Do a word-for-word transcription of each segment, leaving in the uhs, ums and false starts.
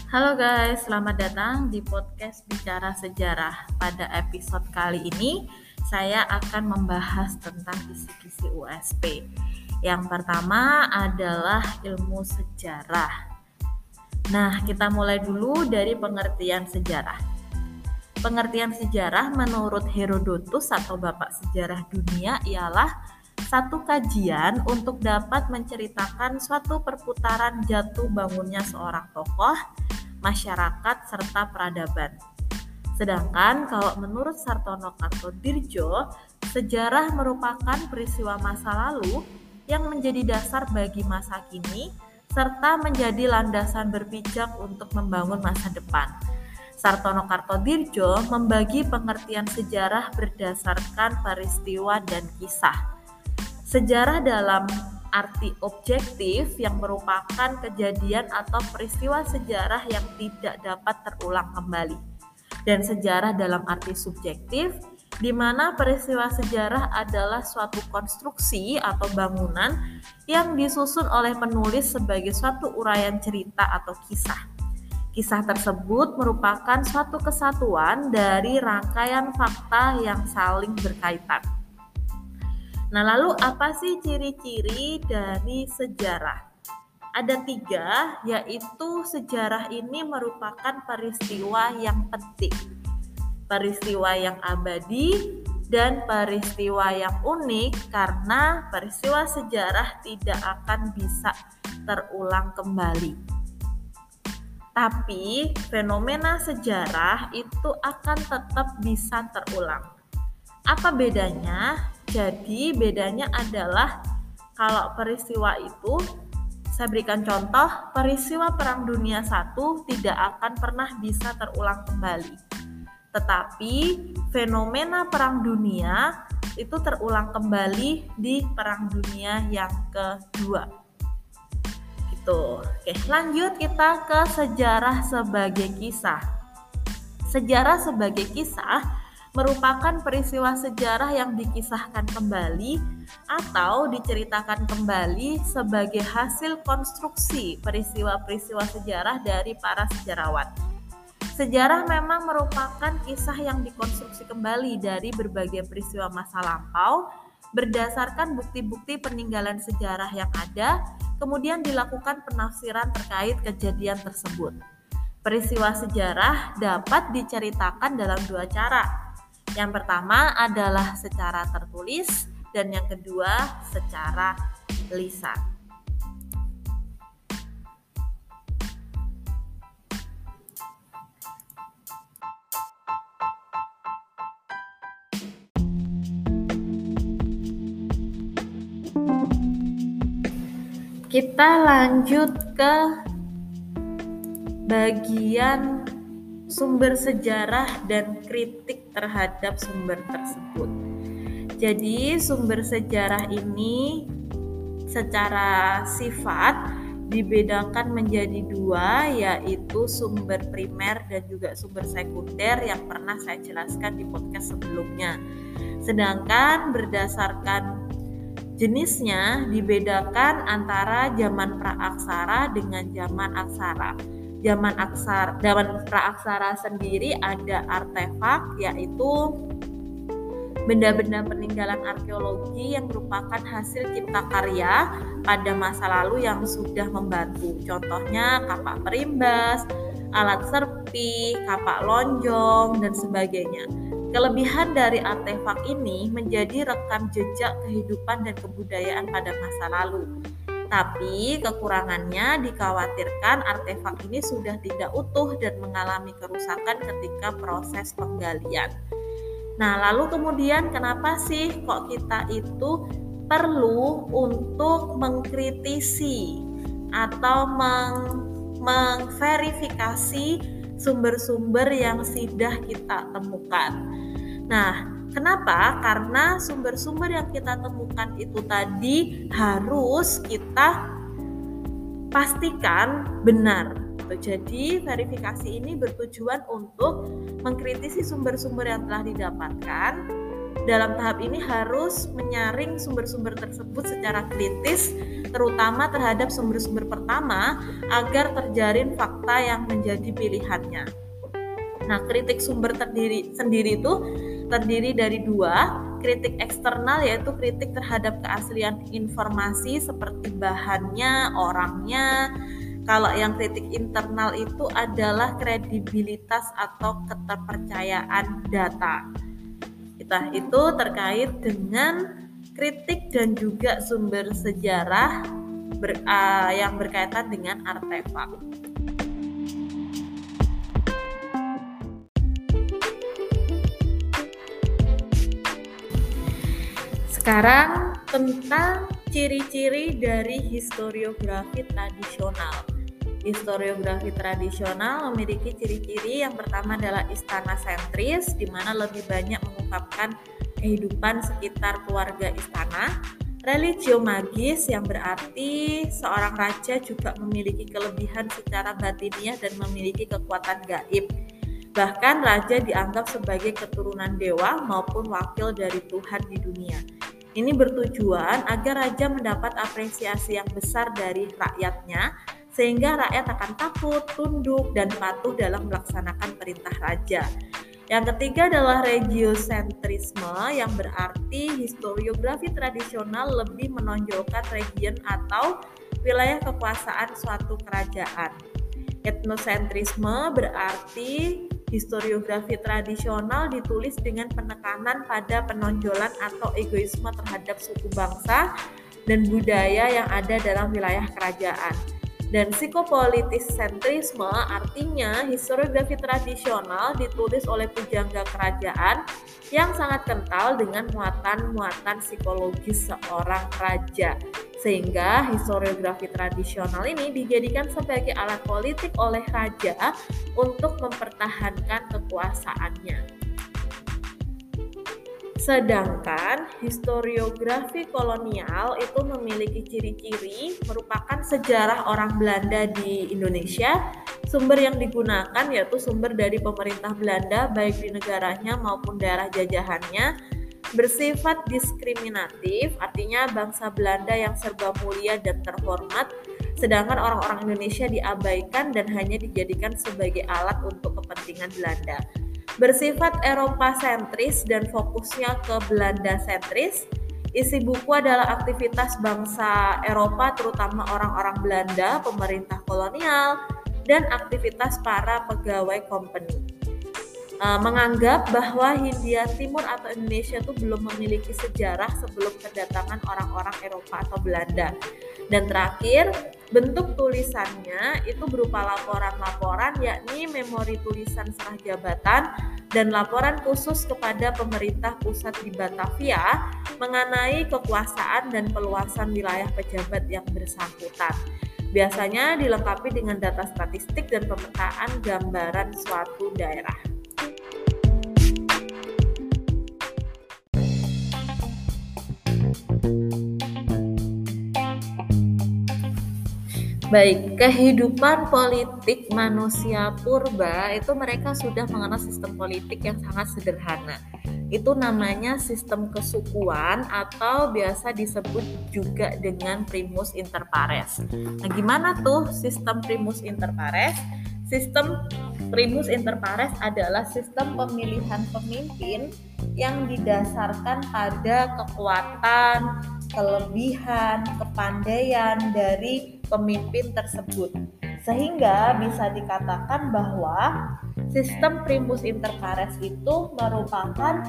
Halo guys, selamat datang di podcast Bicara Sejarah. Pada episode kali ini, saya akan membahas tentang kisi-kisi U S P. Yang pertama adalah ilmu sejarah. Nah, kita mulai dulu dari pengertian sejarah. Pengertian sejarah menurut Herodotus atau Bapak Sejarah Dunia ialah satu kajian untuk dapat menceritakan suatu perputaran jatuh bangunnya seorang tokoh, masyarakat, serta peradaban. Sedangkan kalau menurut Sartono Kartodirjo, sejarah merupakan peristiwa masa lalu yang menjadi dasar bagi masa kini, serta menjadi landasan berpijak untuk membangun masa depan. Sartono Kartodirjo membagi pengertian sejarah berdasarkan peristiwa dan kisah. Sejarah dalam arti objektif yang merupakan kejadian atau peristiwa sejarah yang tidak dapat terulang kembali. Dan sejarah dalam arti subjektif, di mana peristiwa sejarah adalah suatu konstruksi atau bangunan yang disusun oleh penulis sebagai suatu uraian cerita atau kisah. Kisah tersebut merupakan suatu kesatuan dari rangkaian fakta yang saling berkaitan. Nah, lalu apa sih ciri-ciri dari sejarah? Ada tiga, yaitu sejarah ini merupakan peristiwa yang penting, peristiwa yang abadi, dan peristiwa yang unik karena peristiwa sejarah tidak akan bisa terulang kembali. Tapi fenomena sejarah itu akan tetap bisa terulang. Apa bedanya? Jadi bedanya adalah kalau peristiwa itu, saya berikan contoh, peristiwa Perang Dunia satu tidak akan pernah bisa terulang kembali. Tetapi fenomena Perang Dunia itu terulang kembali di Perang Dunia yang kedua. Gitu. Oke, lanjut kita ke sejarah sebagai kisah. Sejarah sebagai kisah merupakan peristiwa sejarah yang dikisahkan kembali atau diceritakan kembali sebagai hasil konstruksi peristiwa-peristiwa sejarah dari para sejarawan. Sejarah memang merupakan kisah yang dikonstruksi kembali dari berbagai peristiwa masa lampau berdasarkan bukti-bukti peninggalan sejarah yang ada, kemudian dilakukan penafsiran terkait kejadian tersebut. Peristiwa sejarah dapat diceritakan dalam dua cara. Yang pertama adalah secara tertulis dan yang kedua secara lisan. Kita lanjut ke bagian sumber sejarah dan kritik terhadap sumber tersebut. Jadi sumber sejarah ini secara sifat dibedakan menjadi dua, yaitu sumber primer dan juga sumber sekunder yang pernah saya jelaskan di podcast sebelumnya. Sedangkan berdasarkan jenisnya dibedakan antara zaman praaksara dengan zaman aksara. Zaman aksara, zaman praaksara sendiri ada artefak, yaitu benda-benda peninggalan arkeologi yang merupakan hasil cipta karya pada masa lalu yang sudah membantu. Contohnya kapak perimbas, alat serpi, kapak lonjong, dan sebagainya. Kelebihan dari artefak ini menjadi rekam jejak kehidupan dan kebudayaan pada masa lalu. Tapi kekurangannya dikhawatirkan artefak ini sudah tidak utuh dan mengalami kerusakan ketika proses penggalian. Nah, lalu kemudian kenapa sih kok kita itu perlu untuk mengkritisi atau meng- mengverifikasi sumber-sumber yang sudah kita temukan? Nah, kenapa? Karena sumber-sumber yang kita temukan itu tadi harus kita pastikan benar. Jadi verifikasi ini bertujuan untuk mengkritisi sumber-sumber yang telah didapatkan dalam tahap ini harus menyaring sumber-sumber tersebut secara kritis, terutama terhadap sumber-sumber pertama agar terjalin fakta yang menjadi pilihannya. Nah, kritik sumber terdiri sendiri itu terdiri dari dua, kritik eksternal yaitu kritik terhadap keaslian informasi seperti bahannya, orangnya. Kalau yang kritik internal itu adalah kredibilitas atau keterpercayaan data. Kita itu terkait dengan kritik dan juga sumber sejarah ber, uh, yang berkaitan dengan artefak. Sekarang tentang ciri-ciri dari historiografi tradisional. Historiografi tradisional memiliki ciri-ciri yang pertama adalah istana sentris, di mana lebih banyak mengungkapkan kehidupan sekitar keluarga istana. Religio magis, yang berarti seorang raja juga memiliki kelebihan secara batiniah dan memiliki kekuatan gaib. Bahkan raja dianggap sebagai keturunan dewa maupun wakil dari Tuhan di dunia. Ini bertujuan agar raja mendapat apresiasi yang besar dari rakyatnya, sehingga rakyat akan takut, tunduk, dan patuh dalam melaksanakan perintah raja. Yang ketiga adalah regiosentrisme, yang berarti historiografi tradisional lebih menonjolkan region atau wilayah kekuasaan suatu kerajaan. Etnosentrisme berarti historiografi tradisional ditulis dengan penekanan pada penonjolan atau egoisme terhadap suku bangsa dan budaya yang ada dalam wilayah kerajaan. Dan psikopolitis sentrisme artinya historiografi tradisional ditulis oleh pujangga kerajaan yang sangat kental dengan muatan-muatan psikologis seorang raja. Sehingga historiografi tradisional ini dijadikan sebagai alat politik oleh raja untuk mempertahankan kekuasaannya. Sedangkan historiografi kolonial itu memiliki ciri-ciri merupakan sejarah orang Belanda di Indonesia. Sumber yang digunakan yaitu sumber dari pemerintah Belanda baik di negaranya maupun daerah jajahannya. Bersifat diskriminatif, artinya bangsa Belanda yang serba mulia dan terhormat, sedangkan orang-orang Indonesia diabaikan dan hanya dijadikan sebagai alat untuk kepentingan Belanda. Bersifat Eropa sentris dan fokusnya ke Belanda sentris. Isi buku adalah aktivitas bangsa Eropa terutama orang-orang Belanda, pemerintah kolonial, dan aktivitas para pegawai company. Uh, menganggap bahwa Hindia Timur atau Indonesia itu belum memiliki sejarah sebelum kedatangan orang-orang Eropa atau Belanda. Dan terakhir, bentuk tulisannya itu berupa laporan-laporan, yakni memori tulisan serah jabatan dan laporan khusus kepada pemerintah pusat di Batavia mengenai kekuasaan dan peluasan wilayah pejabat yang bersangkutan. Biasanya dilengkapi dengan data statistik dan pemetaan gambaran suatu daerah. Baik, kehidupan politik manusia purba itu mereka sudah mengenal sistem politik yang sangat sederhana. Itu namanya sistem kesukuan atau biasa disebut juga dengan primus inter pares. Nah, gimana tuh sistem primus inter pares? Sistem primus inter pares adalah sistem pemilihan pemimpin yang didasarkan pada kekuatan, kelebihan, kepandaian dari pemimpin tersebut. Sehingga bisa dikatakan bahwa sistem primus inter pares itu merupakan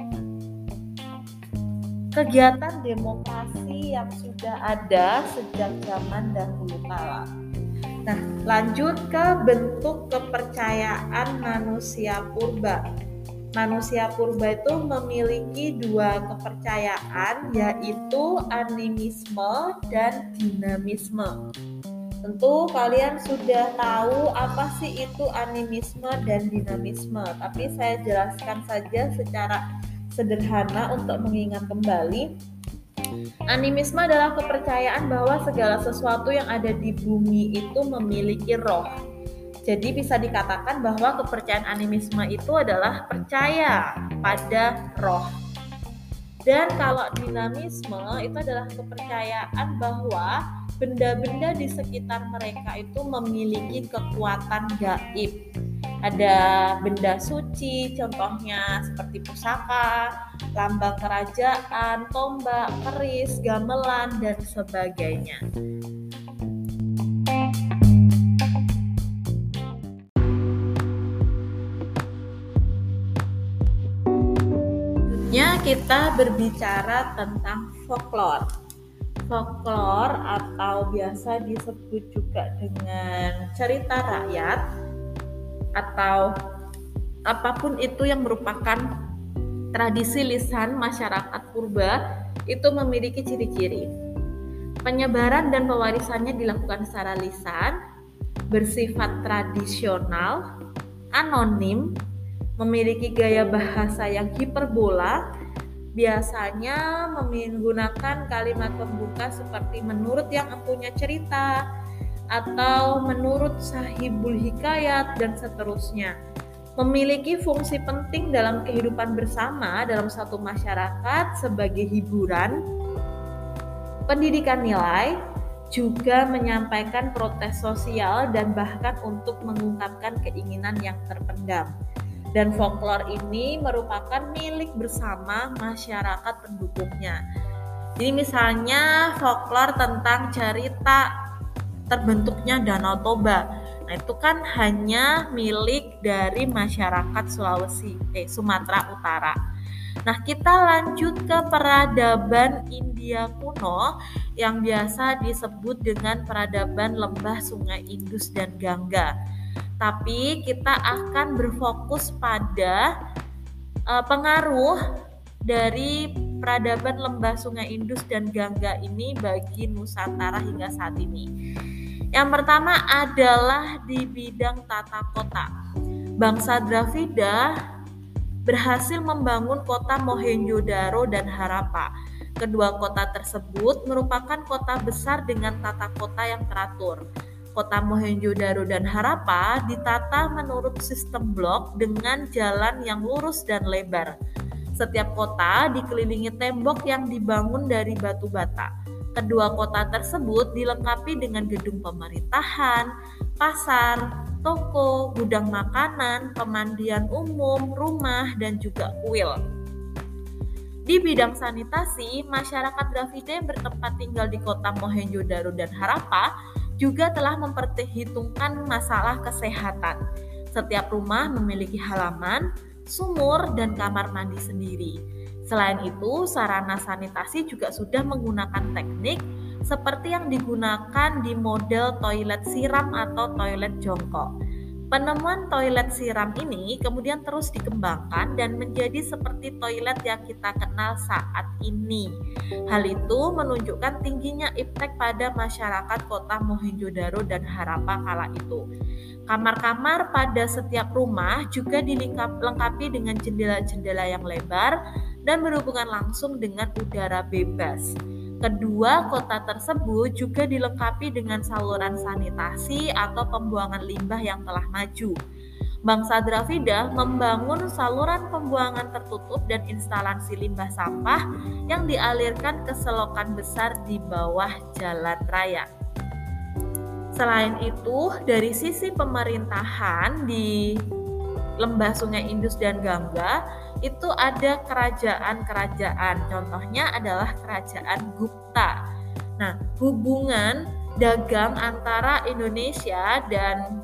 kegiatan demokrasi yang sudah ada sejak zaman dahulu kala. Nah, lanjut ke bentuk kepercayaan manusia purba. Manusia purba itu memiliki dua kepercayaan, yaitu animisme dan dinamisme. Tentu kalian sudah tahu apa sih itu animisme dan dinamisme, tapi saya jelaskan saja secara sederhana untuk mengingat kembali. Animisme adalah kepercayaan bahwa segala sesuatu yang ada di bumi itu memiliki roh. Jadi bisa dikatakan bahwa kepercayaan animisme itu adalah percaya pada roh. Dan kalau dinamisme itu adalah kepercayaan bahwa benda-benda di sekitar mereka itu memiliki kekuatan gaib. Ada benda suci, contohnya seperti pusaka, lambang kerajaan, tombak, keris, gamelan, dan sebagainya. Selanjutnya kita berbicara tentang folklore. Folklore atau biasa disebut juga dengan cerita rakyat atau apapun itu yang merupakan tradisi lisan masyarakat purba itu memiliki ciri-ciri. Penyebaran dan pewarisannya dilakukan secara lisan, bersifat tradisional, anonim, memiliki gaya bahasa yang hiperbola, biasanya menggunakan kalimat pembuka seperti menurut yang empunya cerita atau menurut sahibul hikayat dan seterusnya. Memiliki fungsi penting dalam kehidupan bersama dalam satu masyarakat sebagai hiburan, pendidikan nilai, juga menyampaikan protes sosial dan bahkan untuk mengungkapkan keinginan yang terpendam. Dan folklore ini merupakan milik bersama masyarakat pendukungnya. Jadi misalnya folklore tentang cerita terbentuknya Danau Toba. Nah, itu kan hanya milik dari masyarakat Sulawesi, eh, Sumatera Utara. Nah, kita lanjut ke peradaban India kuno yang biasa disebut dengan peradaban lembah Sungai Indus dan Gangga. Tapi kita akan berfokus pada uh, pengaruh dari peradaban lembah Sungai Indus dan Gangga ini bagi Nusantara hingga saat ini. Yang pertama adalah di bidang tata kota. Bangsa Dravida berhasil membangun kota Mohenjo-daro dan Harappa. Kedua kota tersebut merupakan kota besar dengan tata kota yang teratur. Kota Mohenjo-daro dan Harappa ditata menurut sistem blok dengan jalan yang lurus dan lebar. Setiap kota dikelilingi tembok yang dibangun dari batu bata. Kedua kota tersebut dilengkapi dengan gedung pemerintahan, pasar, toko, gudang makanan, pemandian umum, rumah, dan juga kuil. Di bidang sanitasi, masyarakat Dravida yang bertempat tinggal di kota Mohenjo-daro dan Harappa juga telah memperhitungkan masalah kesehatan. Setiap rumah memiliki halaman, sumur, dan kamar mandi sendiri. Selain itu, sarana sanitasi juga sudah menggunakan teknik seperti yang digunakan di model toilet siram atau toilet jongkok. Penemuan toilet siram ini kemudian terus dikembangkan dan menjadi seperti toilet yang kita kenal saat ini. Hal itu menunjukkan tingginya iptek pada masyarakat kota Mohenjo-daro dan Harappa kala itu. Kamar-kamar pada setiap rumah juga dilengkapi dengan jendela-jendela yang lebar dan berhubungan langsung dengan udara bebas. Kedua kota tersebut juga dilengkapi dengan saluran sanitasi atau pembuangan limbah yang telah maju. Bangsa Dravida membangun saluran pembuangan tertutup dan instalasi limbah sampah yang dialirkan ke selokan besar di bawah jalan raya. Selain itu, dari sisi pemerintahan di lembah Sungai Indus dan Gangga itu ada kerajaan-kerajaan, contohnya adalah kerajaan Gupta. Nah, hubungan dagang antara Indonesia dan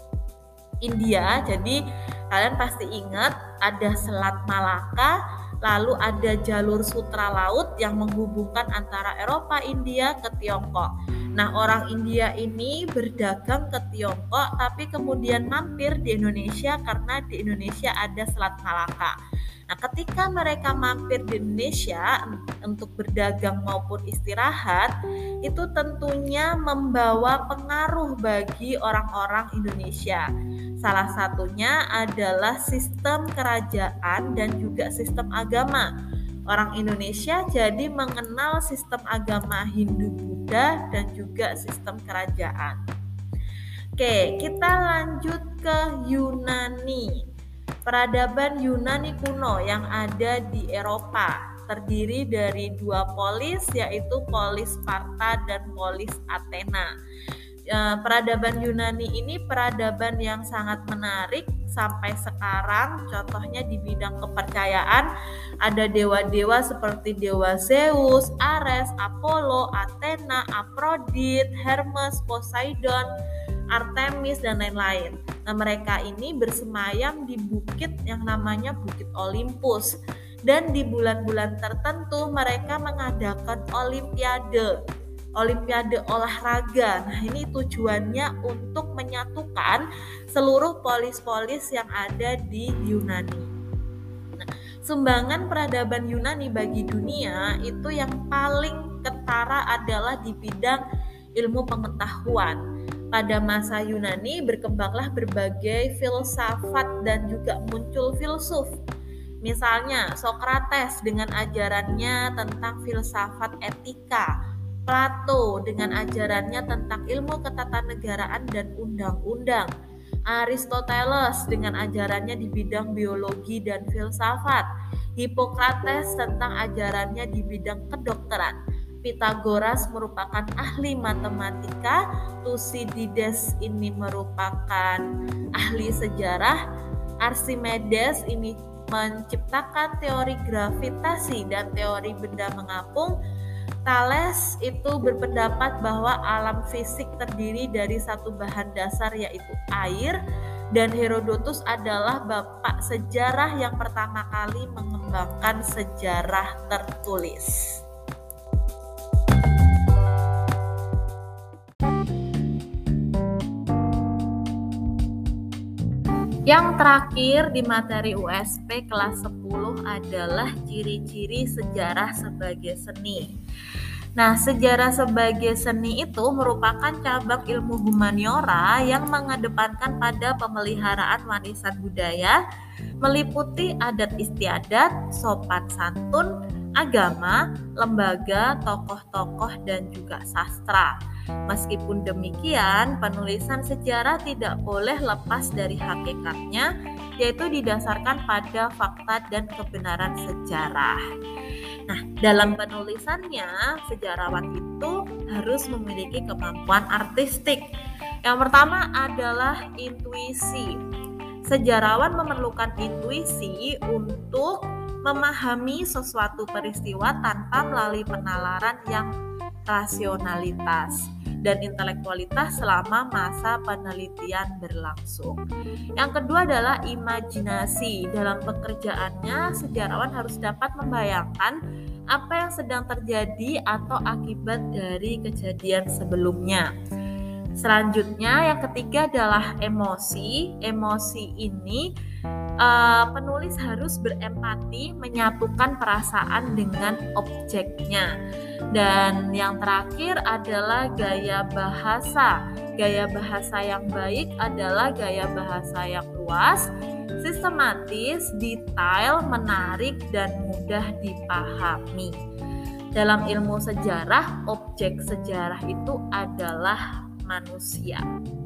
India, jadi kalian pasti ingat ada Selat Malaka, lalu ada jalur sutra laut yang menghubungkan antara Eropa, India ke Tiongkok. Nah, orang India ini berdagang ke Tiongkok tapi kemudian mampir di Indonesia karena di Indonesia ada Selat Malaka. Nah, ketika mereka mampir di Indonesia untuk berdagang maupun istirahat, itu tentunya membawa pengaruh bagi orang-orang Indonesia. Salah satunya adalah sistem kerajaan dan juga sistem agama. Orang Indonesia jadi mengenal sistem agama Hindu-Buddha dan juga sistem kerajaan. Oke, kita lanjut ke Yunani. Peradaban Yunani kuno yang ada di Eropa. terdiri dari dua polis, yaitu polis Sparta dan polis Athena. Peradaban Yunani ini peradaban yang sangat menarik sampai sekarang. Contohnya di bidang kepercayaan ada dewa-dewa seperti dewa Zeus, Ares, Apollo, Athena, Aphrodite, Hermes, Poseidon, Artemis, dan lain-lain. Nah, mereka ini bersemayam di bukit yang namanya Bukit Olympus, dan di bulan-bulan tertentu mereka mengadakan olimpiade Olimpiade olahraga. Nah, ini tujuannya untuk menyatukan seluruh polis-polis yang ada di Yunani. Nah, sumbangan peradaban Yunani bagi dunia itu yang paling ketara adalah di bidang ilmu pengetahuan. Pada masa Yunani berkembanglah berbagai filsafat dan juga muncul filsuf. Misalnya Sokrates dengan ajarannya tentang filsafat etika, Plato dengan ajarannya tentang ilmu ketatanegaraan dan undang-undang, Aristoteles dengan ajarannya di bidang biologi dan filsafat, Hippocrates tentang ajarannya di bidang kedokteran, Pythagoras merupakan ahli matematika, Thucydides ini merupakan ahli sejarah, Archimedes ini menciptakan teori gravitasi dan teori benda mengapung, Thales itu berpendapat bahwa alam fisik terdiri dari satu bahan dasar yaitu air, dan Herodotus adalah bapak sejarah yang pertama kali mengembangkan sejarah tertulis. Yang terakhir di materi U S P kelas sepuluh adalah ciri-ciri sejarah sebagai seni. Nah, sejarah sebagai seni itu merupakan cabang ilmu humaniora yang mengedepankan pada pemeliharaan warisan budaya, meliputi adat istiadat, sopan santun, agama, lembaga, tokoh-tokoh, dan juga sastra. Meskipun demikian, penulisan sejarah tidak boleh lepas dari hakikatnya, yaitu didasarkan pada fakta dan kebenaran sejarah. Nah, dalam penulisannya, sejarawan itu harus memiliki kemampuan artistik. Yang pertama adalah intuisi. Sejarawan memerlukan intuisi untuk memahami sesuatu peristiwa tanpa melalui penalaran yang rasionalitas dan intelektualitas selama masa penelitian berlangsung. Yang kedua adalah imajinasi. Dalam pekerjaannya, sejarawan harus dapat membayangkan apa yang sedang terjadi atau akibat dari kejadian sebelumnya. Selanjutnya, yang ketiga adalah emosi. Emosi ini uh, penulis harus berempati, menyatukan perasaan dengan objeknya. Dan yang terakhir adalah gaya bahasa. Gaya bahasa yang baik adalah gaya bahasa yang luas, sistematis, detail, menarik, dan mudah dipahami. Dalam ilmu sejarah, objek sejarah itu adalah manusia.